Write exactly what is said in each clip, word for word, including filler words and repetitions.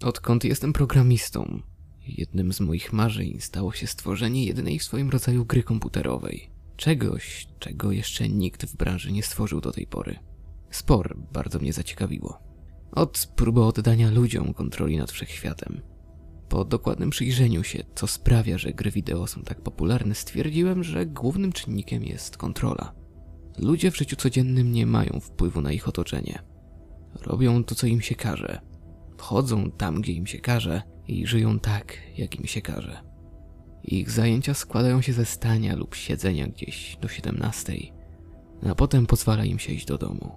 Odkąd jestem programistą, jednym z moich marzeń stało się stworzenie jedynej w swoim rodzaju gry komputerowej. Czegoś, czego jeszcze nikt w branży nie stworzył do tej pory. Spore bardzo mnie zaciekawiło. Od próby oddania ludziom kontroli nad wszechświatem. Po dokładnym przyjrzeniu się, co sprawia, że gry wideo są tak popularne, stwierdziłem, że głównym czynnikiem jest kontrola. Ludzie w życiu codziennym nie mają wpływu na ich otoczenie. Robią to, co im się każe. Chodzą tam, gdzie im się każe i żyją tak, jak im się każe. Ich zajęcia składają się ze stania lub siedzenia gdzieś do siedemnastej, a potem pozwala im się iść do domu.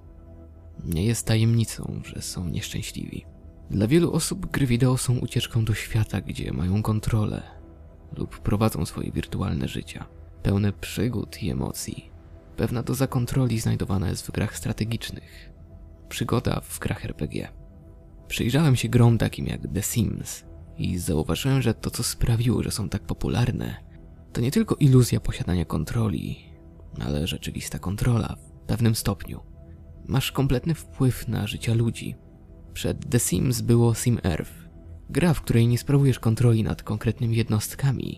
Nie jest tajemnicą, że są nieszczęśliwi. Dla wielu osób gry wideo są ucieczką do świata, gdzie mają kontrolę lub prowadzą swoje wirtualne życia, pełne przygód i emocji. Pewna doza kontroli znajdowana jest w grach strategicznych, przygoda w grach er pe gie. Przyjrzałem się grom takim jak The Sims i zauważyłem, że to, co sprawiło, że są tak popularne, to nie tylko iluzja posiadania kontroli, ale rzeczywista kontrola w pewnym stopniu. Masz kompletny wpływ na życia ludzi. Przed The Sims było Sim Earth, gra, w której nie sprawujesz kontroli nad konkretnymi jednostkami,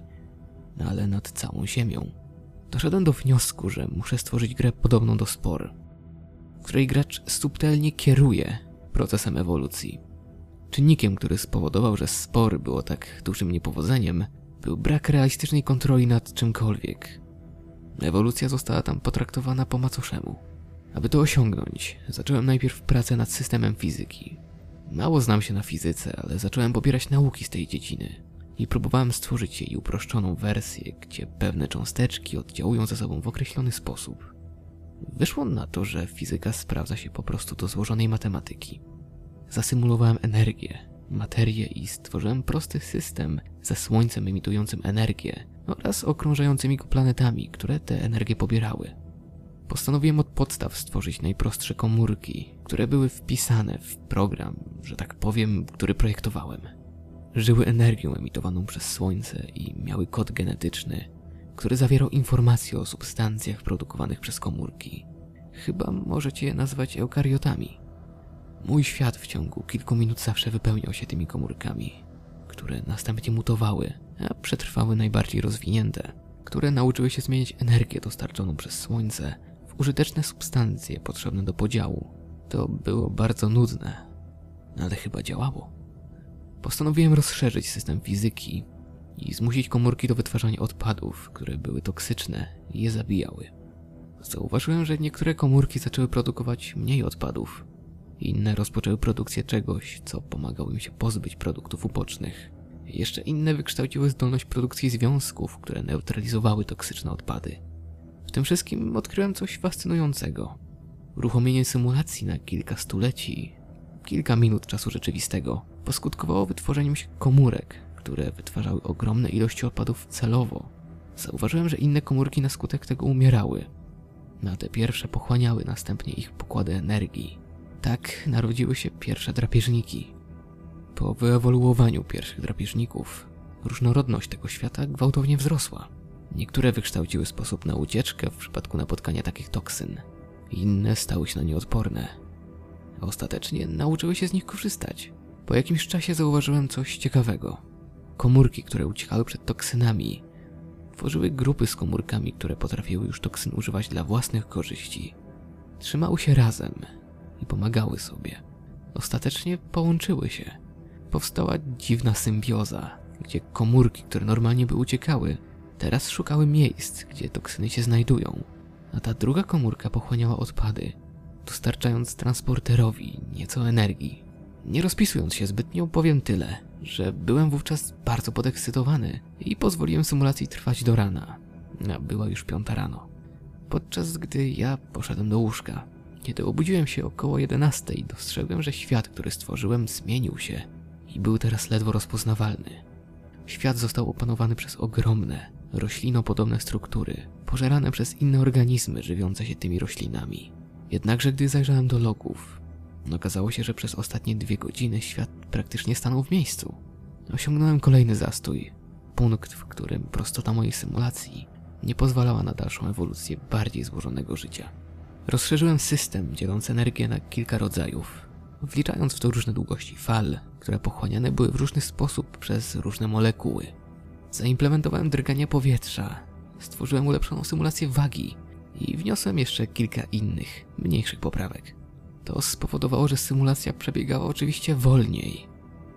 ale nad całą ziemią. Doszedłem do wniosku, że muszę stworzyć grę podobną do Spore, w której gracz subtelnie kieruje procesem ewolucji. Czynnikiem, który spowodował, że Spore było tak dużym niepowodzeniem, był brak realistycznej kontroli nad czymkolwiek. Ewolucja została tam potraktowana po macoszemu. Aby to osiągnąć, zacząłem najpierw pracę nad systemem fizyki. Mało znam się na fizyce, ale zacząłem pobierać nauki z tej dziedziny i próbowałem stworzyć jej uproszczoną wersję, gdzie pewne cząsteczki oddziałują ze sobą w określony sposób. Wyszło na to, że fizyka sprawdza się po prostu do złożonej matematyki. Zasymulowałem energię, materię i stworzyłem prosty system ze Słońcem emitującym energię oraz okrążającymi go planetami, które tę energię pobierały. Postanowiłem od podstaw stworzyć najprostsze komórki, które były wpisane w program, że tak powiem, który projektowałem. Żyły energią emitowaną przez Słońce i miały kod genetyczny, który zawierał informacje o substancjach produkowanych przez komórki. Chyba możecie je nazwać eukariotami. Mój świat w ciągu kilku minut zawsze wypełniał się tymi komórkami, które następnie mutowały, a przetrwały najbardziej rozwinięte, które nauczyły się zmieniać energię dostarczoną przez Słońce w użyteczne substancje potrzebne do podziału. To było bardzo nudne, ale chyba działało. Postanowiłem rozszerzyć system fizyki i zmusić komórki do wytwarzania odpadów, które były toksyczne i je zabijały. Zauważyłem, że niektóre komórki zaczęły produkować mniej odpadów, inne rozpoczęły produkcję czegoś, co pomagało im się pozbyć produktów ubocznych. Jeszcze inne wykształciły zdolność produkcji związków, które neutralizowały toksyczne odpady. W tym wszystkim odkryłem coś fascynującego. Uruchomienie symulacji na kilka stuleci, kilka minut czasu rzeczywistego poskutkowało wytworzeniem się komórek, które wytwarzały ogromne ilości odpadów celowo. Zauważyłem, że inne komórki na skutek tego umierały, a te pierwsze pochłaniały następnie ich pokłady energii. Tak narodziły się pierwsze drapieżniki. Po wyewoluowaniu pierwszych drapieżników, różnorodność tego świata gwałtownie wzrosła. Niektóre wykształciły sposób na ucieczkę w przypadku napotkania takich toksyn. Inne stały się na nie odporne. A ostatecznie nauczyły się z nich korzystać. Po jakimś czasie zauważyłem coś ciekawego. Komórki, które uciekały przed toksynami, tworzyły grupy z komórkami, które potrafiły już toksyn używać dla własnych korzyści. Trzymały się razem i pomagały sobie. Ostatecznie połączyły się. Powstała dziwna symbioza, gdzie komórki, które normalnie by uciekały, teraz szukały miejsc, gdzie toksyny się znajdują, a ta druga komórka pochłaniała odpady, dostarczając transporterowi nieco energii. Nie rozpisując się zbytnio, powiem tyle, że byłem wówczas bardzo podekscytowany i pozwoliłem symulacji trwać do rana, a była już piąta rano. Podczas gdy ja poszedłem do łóżka, kiedy obudziłem się około jedenastej, dostrzegłem, że świat, który stworzyłem, zmienił się i był teraz ledwo rozpoznawalny. Świat został opanowany przez ogromne, roślinopodobne struktury, pożerane przez inne organizmy żywiące się tymi roślinami. Jednakże gdy zajrzałem do logów, okazało się, że przez ostatnie dwie godziny świat praktycznie stanął w miejscu. Osiągnąłem kolejny zastój, punkt, w którym prostota mojej symulacji nie pozwalała na dalszą ewolucję bardziej złożonego życia. Rozszerzyłem system, dzieląc energię na kilka rodzajów. wliczając w to różne długości fal, które pochłaniane były w różny sposób przez różne molekuły. Zaimplementowałem drgania powietrza, stworzyłem ulepszoną symulację wagi i wniosłem jeszcze kilka innych, mniejszych poprawek. To spowodowało, że symulacja przebiegała oczywiście wolniej,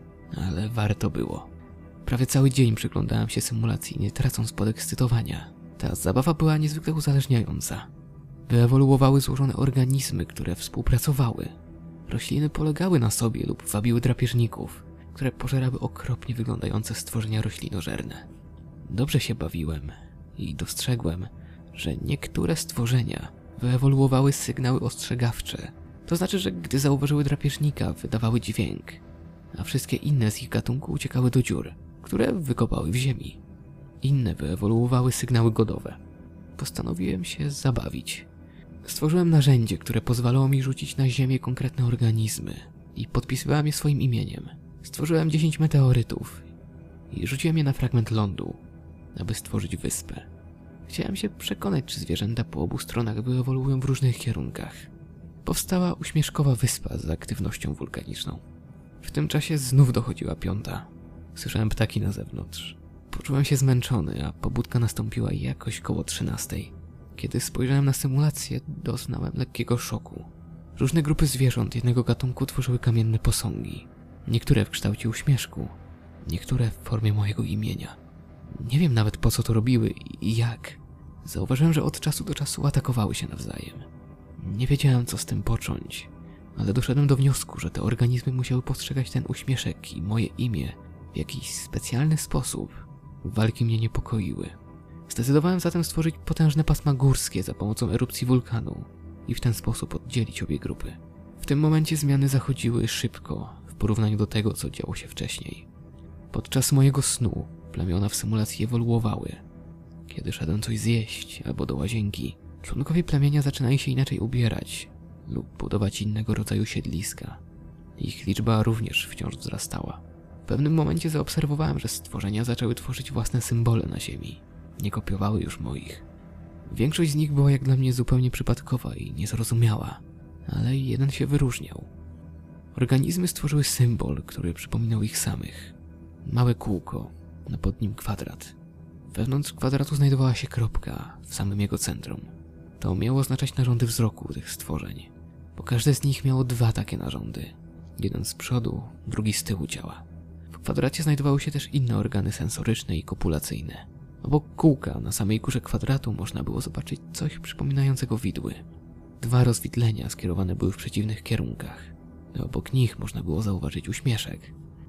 ale warto było. Prawie cały dzień przyglądałem się symulacji, nie tracąc podekscytowania. Ta zabawa była niezwykle uzależniająca. Wyewoluowały złożone organizmy, które współpracowały. Rośliny polegały na sobie lub wabiły drapieżników, które pożerały okropnie wyglądające stworzenia roślinożerne. Dobrze się bawiłem i dostrzegłem, że niektóre stworzenia wyewoluowały sygnały ostrzegawcze. To znaczy, że gdy zauważyły drapieżnika, wydawały dźwięk, a wszystkie inne z ich gatunku uciekały do dziur, które wykopały w ziemi. Inne wyewoluowały sygnały godowe. Postanowiłem się zabawić. Stworzyłem narzędzie, które pozwalało mi rzucić na ziemię konkretne organizmy i podpisywałem je swoim imieniem. Stworzyłem dziesięć meteorytów i rzuciłem je na fragment lądu, aby stworzyć wyspę. Chciałem się przekonać, czy zwierzęta po obu stronach wyewoluują w różnych kierunkach. Powstała uśmieszkowa wyspa z aktywnością wulkaniczną. W tym czasie znów dochodziła piąta. Słyszałem ptaki na zewnątrz. Poczułem się zmęczony, a pobudka nastąpiła jakoś koło trzynastej. Kiedy spojrzałem na symulację, doznałem lekkiego szoku. Różne grupy zwierząt jednego gatunku tworzyły kamienne posągi. Niektóre w kształcie uśmieszku, niektóre w formie mojego imienia. Nie wiem nawet, po co to robiły i jak. Zauważyłem, że od czasu do czasu atakowały się nawzajem. Nie wiedziałem, co z tym począć, ale doszedłem do wniosku, że te organizmy musiały postrzegać ten uśmieszek i moje imię w jakiś specjalny sposób. Walki mnie niepokoiły. Zdecydowałem zatem stworzyć potężne pasma górskie za pomocą erupcji wulkanu i w ten sposób oddzielić obie grupy. W tym momencie zmiany zachodziły szybko w porównaniu do tego, co działo się wcześniej. Podczas mojego snu plemiona w symulacji ewoluowały. Kiedy szedłem coś zjeść albo do łazienki, członkowie plemienia zaczynali się inaczej ubierać lub budować innego rodzaju siedliska. Ich liczba również wciąż wzrastała. W pewnym momencie zaobserwowałem, że stworzenia zaczęły tworzyć własne symbole na ziemi. Nie kopiowały już moich. Większość z nich była jak dla mnie zupełnie przypadkowa i niezrozumiała, ale jeden się wyróżniał. Organizmy stworzyły symbol, który przypominał ich samych. Małe kółko, a pod nim kwadrat. Wewnątrz kwadratu znajdowała się kropka w samym jego centrum. To miało oznaczać narządy wzroku tych stworzeń, bo każde z nich miało dwa takie narządy. Jeden z przodu, drugi z tyłu ciała. W kwadracie znajdowały się też inne organy sensoryczne i kopulacyjne. Obok kółka, na samej górze kwadratu, można było zobaczyć coś przypominającego widły. Dwa rozwidlenia skierowane były w przeciwnych kierunkach. A obok nich można było zauważyć uśmieszek.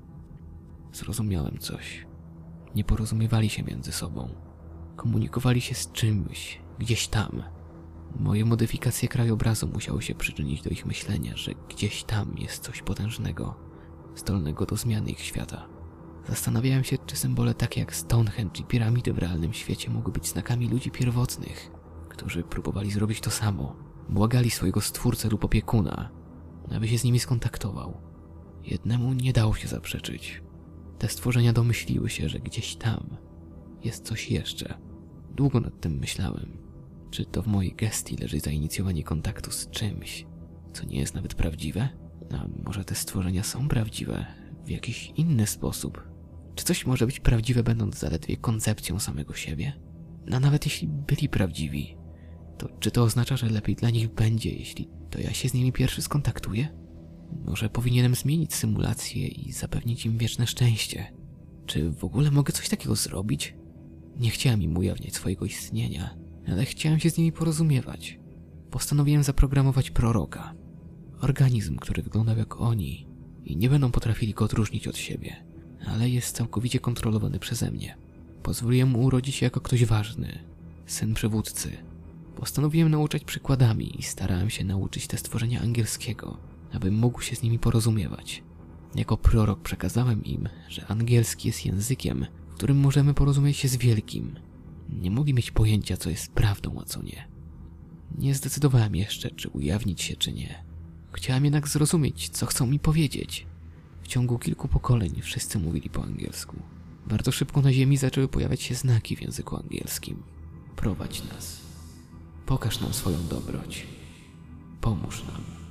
Zrozumiałem coś. Nie porozumiewali się między sobą. Komunikowali się z czymś, gdzieś tam. Moje modyfikacje krajobrazu musiały się przyczynić do ich myślenia, że gdzieś tam jest coś potężnego, zdolnego do zmiany ich świata. Zastanawiałem się, czy symbole takie jak Stonehenge i piramidy w realnym świecie mogły być znakami ludzi pierwotnych, którzy próbowali zrobić to samo. Błagali swojego stwórcę lub opiekuna, aby się z nimi skontaktował. Jednemu nie dało się zaprzeczyć. Te stworzenia domyśliły się, że gdzieś tam jest coś jeszcze. Długo nad tym myślałem. Czy to w mojej gestii leży zainicjowanie kontaktu z czymś, co nie jest nawet prawdziwe? A może te stworzenia są prawdziwe w jakiś inny sposób? Czy coś może być prawdziwe, będąc zaledwie koncepcją samego siebie? A nawet jeśli byli prawdziwi, to czy to oznacza, że lepiej dla nich będzie, jeśli to ja się z nimi pierwszy skontaktuję? Może powinienem zmienić symulację i zapewnić im wieczne szczęście? Czy w ogóle mogę coś takiego zrobić? Nie chciałem im ujawniać swojego istnienia, ale chciałem się z nimi porozumiewać. Postanowiłem zaprogramować proroka. Organizm, który wyglądał jak oni i nie będą potrafili go odróżnić od siebie, ale jest całkowicie kontrolowany przeze mnie. Pozwoliłem mu urodzić się jako ktoś ważny, syn przywódcy. Postanowiłem nauczać przykładami i starałem się nauczyć te stworzenia angielskiego, abym mógł się z nimi porozumiewać. Jako prorok przekazałem im, że angielski jest językiem, w którym możemy porozumieć się z wielkim. Nie mogli mieć pojęcia, co jest prawdą, a co nie. Nie zdecydowałem jeszcze, czy ujawnić się, czy nie. Chciałem jednak zrozumieć, co chcą mi powiedzieć. W ciągu kilku pokoleń wszyscy mówili po angielsku. Bardzo szybko na ziemi zaczęły pojawiać się znaki w języku angielskim. Prowadź nas. Pokaż nam swoją dobroć. Pomóż nam.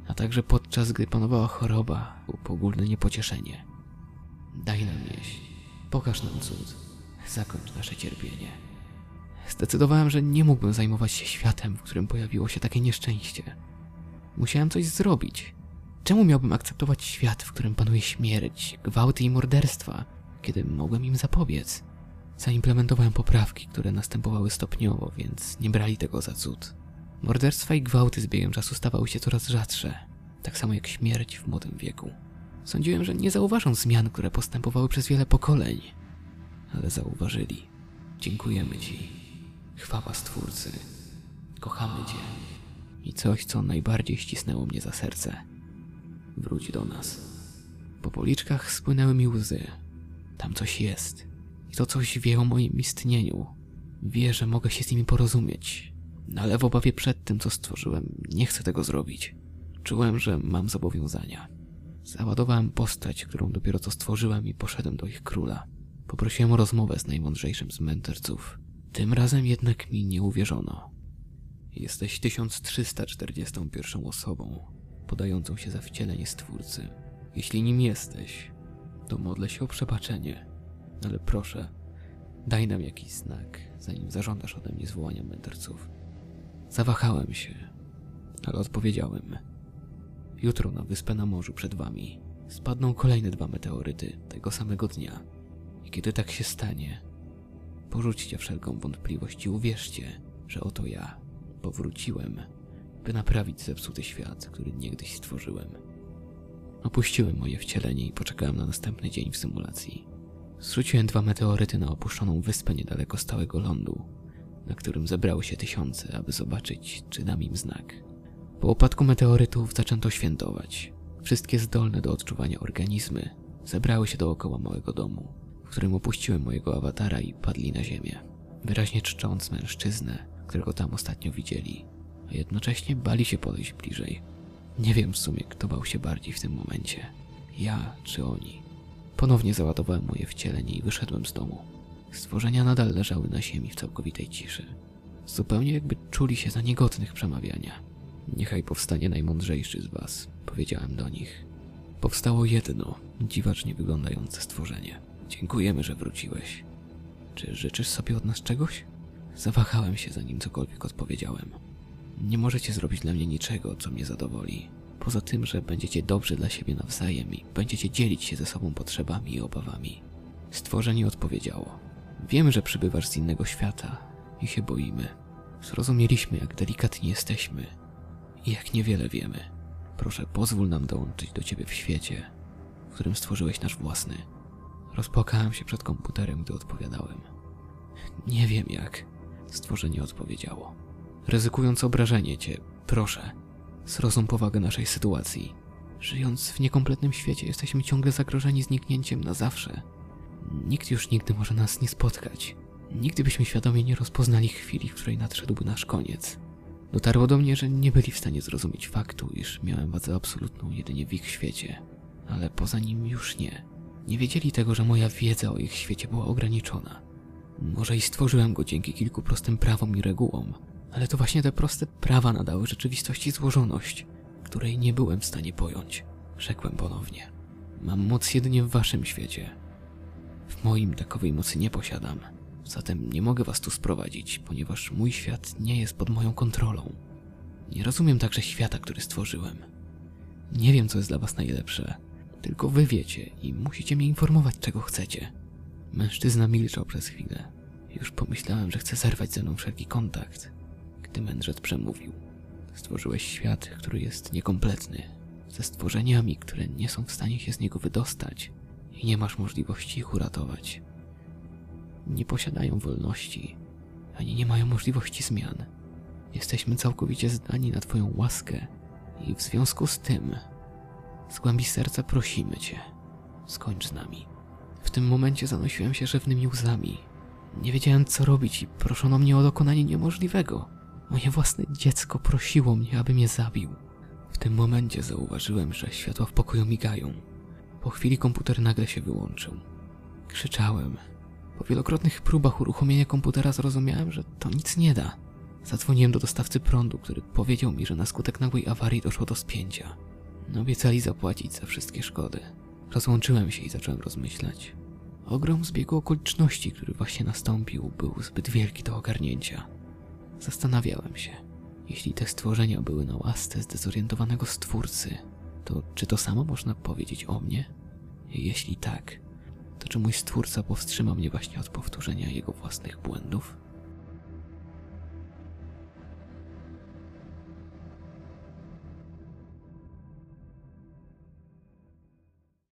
a także podczas gdy panowała choroba lub ogólne niepocieszenie. Daj nam jeść, pokaż nam cud, zakończ nasze cierpienie. Zdecydowałem, że nie mógłbym zajmować się światem, w którym pojawiło się takie nieszczęście. Musiałem coś zrobić. Czemu miałbym akceptować świat, w którym panuje śmierć, gwałty i morderstwa, kiedy mogłem im zapobiec? Zaimplementowałem poprawki, które następowały stopniowo, więc nie brali tego za cud. Morderstwa i gwałty z biegiem czasu stawały się coraz rzadsze, tak samo jak śmierć w młodym wieku. Sądziłem, że nie zauważą zmian, które postępowały przez wiele pokoleń, ale zauważyli. Dziękujemy Ci. Chwała Stwórcy. Kochamy Cię. I coś, co najbardziej ścisnęło mnie za serce. Wróć do nas. Po policzkach spłynęły mi łzy. Tam coś jest. I to coś wie o moim istnieniu. Wie, że mogę się z nimi porozumieć. Ale w obawie przed tym, co stworzyłem, nie chcę tego zrobić. Czułem, że mam zobowiązania. Załadowałem postać, którą dopiero co stworzyłem i poszedłem do ich króla. Poprosiłem o rozmowę z najmądrzejszym z mędrców. Tym razem jednak mi nie uwierzono. Jesteś tysiąc trzysta czterdziestą pierwszą osobą, podającą się za wcielenie Stwórcy. Jeśli nim jesteś, to modlę się o przebaczenie. Ale proszę, daj nam jakiś znak, zanim zażądasz ode mnie zwołania mędrców. Zawahałem się, ale odpowiedziałem. Jutro na wyspę na morzu przed wami spadną kolejne dwa meteoryty tego samego dnia. I kiedy tak się stanie, porzućcie wszelką wątpliwość i uwierzcie, że oto ja powróciłem, by naprawić zepsuty świat, który niegdyś stworzyłem. Opuściłem moje wcielenie i poczekałem na następny dzień w symulacji. Zrzuciłem dwa meteoryty na opuszczoną wyspę niedaleko stałego lądu, na którym zebrały się tysiące, aby zobaczyć, czy dam im znak. Po upadku meteorytów zaczęto świętować. Wszystkie zdolne do odczuwania organizmy zebrały się dookoła małego domu, w którym opuściłem mojego awatara i padli na ziemię, wyraźnie czcząc mężczyznę, którego tam ostatnio widzieli, a jednocześnie bali się podejść bliżej. Nie wiem w sumie, kto bał się bardziej w tym momencie, ja czy oni. Ponownie załadowałem moje wcielenie i wyszedłem z domu. Stworzenia nadal leżały na ziemi w całkowitej ciszy, zupełnie jakby czuli się za niegodnych przemawiania. Niechaj powstanie najmądrzejszy z was, powiedziałem do nich. Powstało jedno, dziwacznie wyglądające stworzenie. Dziękujemy, że wróciłeś. Czy życzysz sobie od nas czegoś? Zawahałem się, zanim cokolwiek odpowiedziałem. Nie możecie zrobić dla mnie niczego, co mnie zadowoli. Poza tym, że będziecie dobrzy dla siebie nawzajem i będziecie dzielić się ze sobą potrzebami i obawami. Stworzenie odpowiedziało. Wiemy, że przybywasz z innego świata i się boimy. Zrozumieliśmy, jak delikatni jesteśmy i jak niewiele wiemy. Proszę, pozwól nam dołączyć do ciebie w świecie, w którym stworzyłeś nasz własny. Rozpłakałem się przed komputerem, gdy odpowiadałem. Nie wiem jak, stworzenie odpowiedziało. Ryzykując obrażenie cię, proszę, zrozum powagę naszej sytuacji. Żyjąc w niekompletnym świecie, jesteśmy ciągle zagrożeni zniknięciem na zawsze. Nikt już nigdy może nas nie spotkać. Nigdy byśmy świadomie nie rozpoznali chwili, w której nadszedłby nasz koniec. Dotarło do mnie, że nie byli w stanie zrozumieć faktu, iż miałem władzę absolutną jedynie w ich świecie, ale poza nim już nie. Nie wiedzieli tego, że moja wiedza o ich świecie była ograniczona. Może i stworzyłem go dzięki kilku prostym prawom i regułom, ale to właśnie te proste prawa nadały rzeczywistości złożoność, której nie byłem w stanie pojąć. Rzekłem ponownie. Mam moc jedynie w waszym świecie. W moim takowej mocy nie posiadam. Zatem nie mogę was tu sprowadzić, ponieważ mój świat nie jest pod moją kontrolą. Nie rozumiem także świata, który stworzyłem. Nie wiem, co jest dla was najlepsze. Tylko wy wiecie i musicie mnie informować, czego chcecie. Mężczyzna milczał przez chwilę. Już pomyślałem, że chce zerwać ze mną wszelki kontakt, gdy mędrzec przemówił. Stworzyłeś świat, który jest niekompletny, ze stworzeniami, które nie są w stanie się z niego wydostać i nie masz możliwości ich uratować. Nie posiadają wolności, ani nie mają możliwości zmian. Jesteśmy całkowicie zdani na twoją łaskę i w związku z tym z głębi serca prosimy cię, skończ z nami. W tym momencie zanosiłem się rzewnymi łzami. Nie wiedziałem, co robić i proszono mnie o dokonanie niemożliwego. Moje własne dziecko prosiło mnie, aby mnie zabił. W tym momencie zauważyłem, że światła w pokoju migają. Po chwili komputer nagle się wyłączył. Krzyczałem. Po wielokrotnych próbach uruchomienia komputera zrozumiałem, że to nic nie da. Zadzwoniłem do dostawcy prądu, który powiedział mi, że na skutek nagłej awarii doszło do spięcia. Obiecali zapłacić za wszystkie szkody. Rozłączyłem się i zacząłem rozmyślać. Ogrom zbiegu okoliczności, który właśnie nastąpił, był zbyt wielki do ogarnięcia. Zastanawiałem się, jeśli te stworzenia były na łasce zdezorientowanego stwórcy, to czy to samo można powiedzieć o mnie? Jeśli tak, to czy mój stwórca powstrzyma mnie właśnie od powtórzenia jego własnych błędów?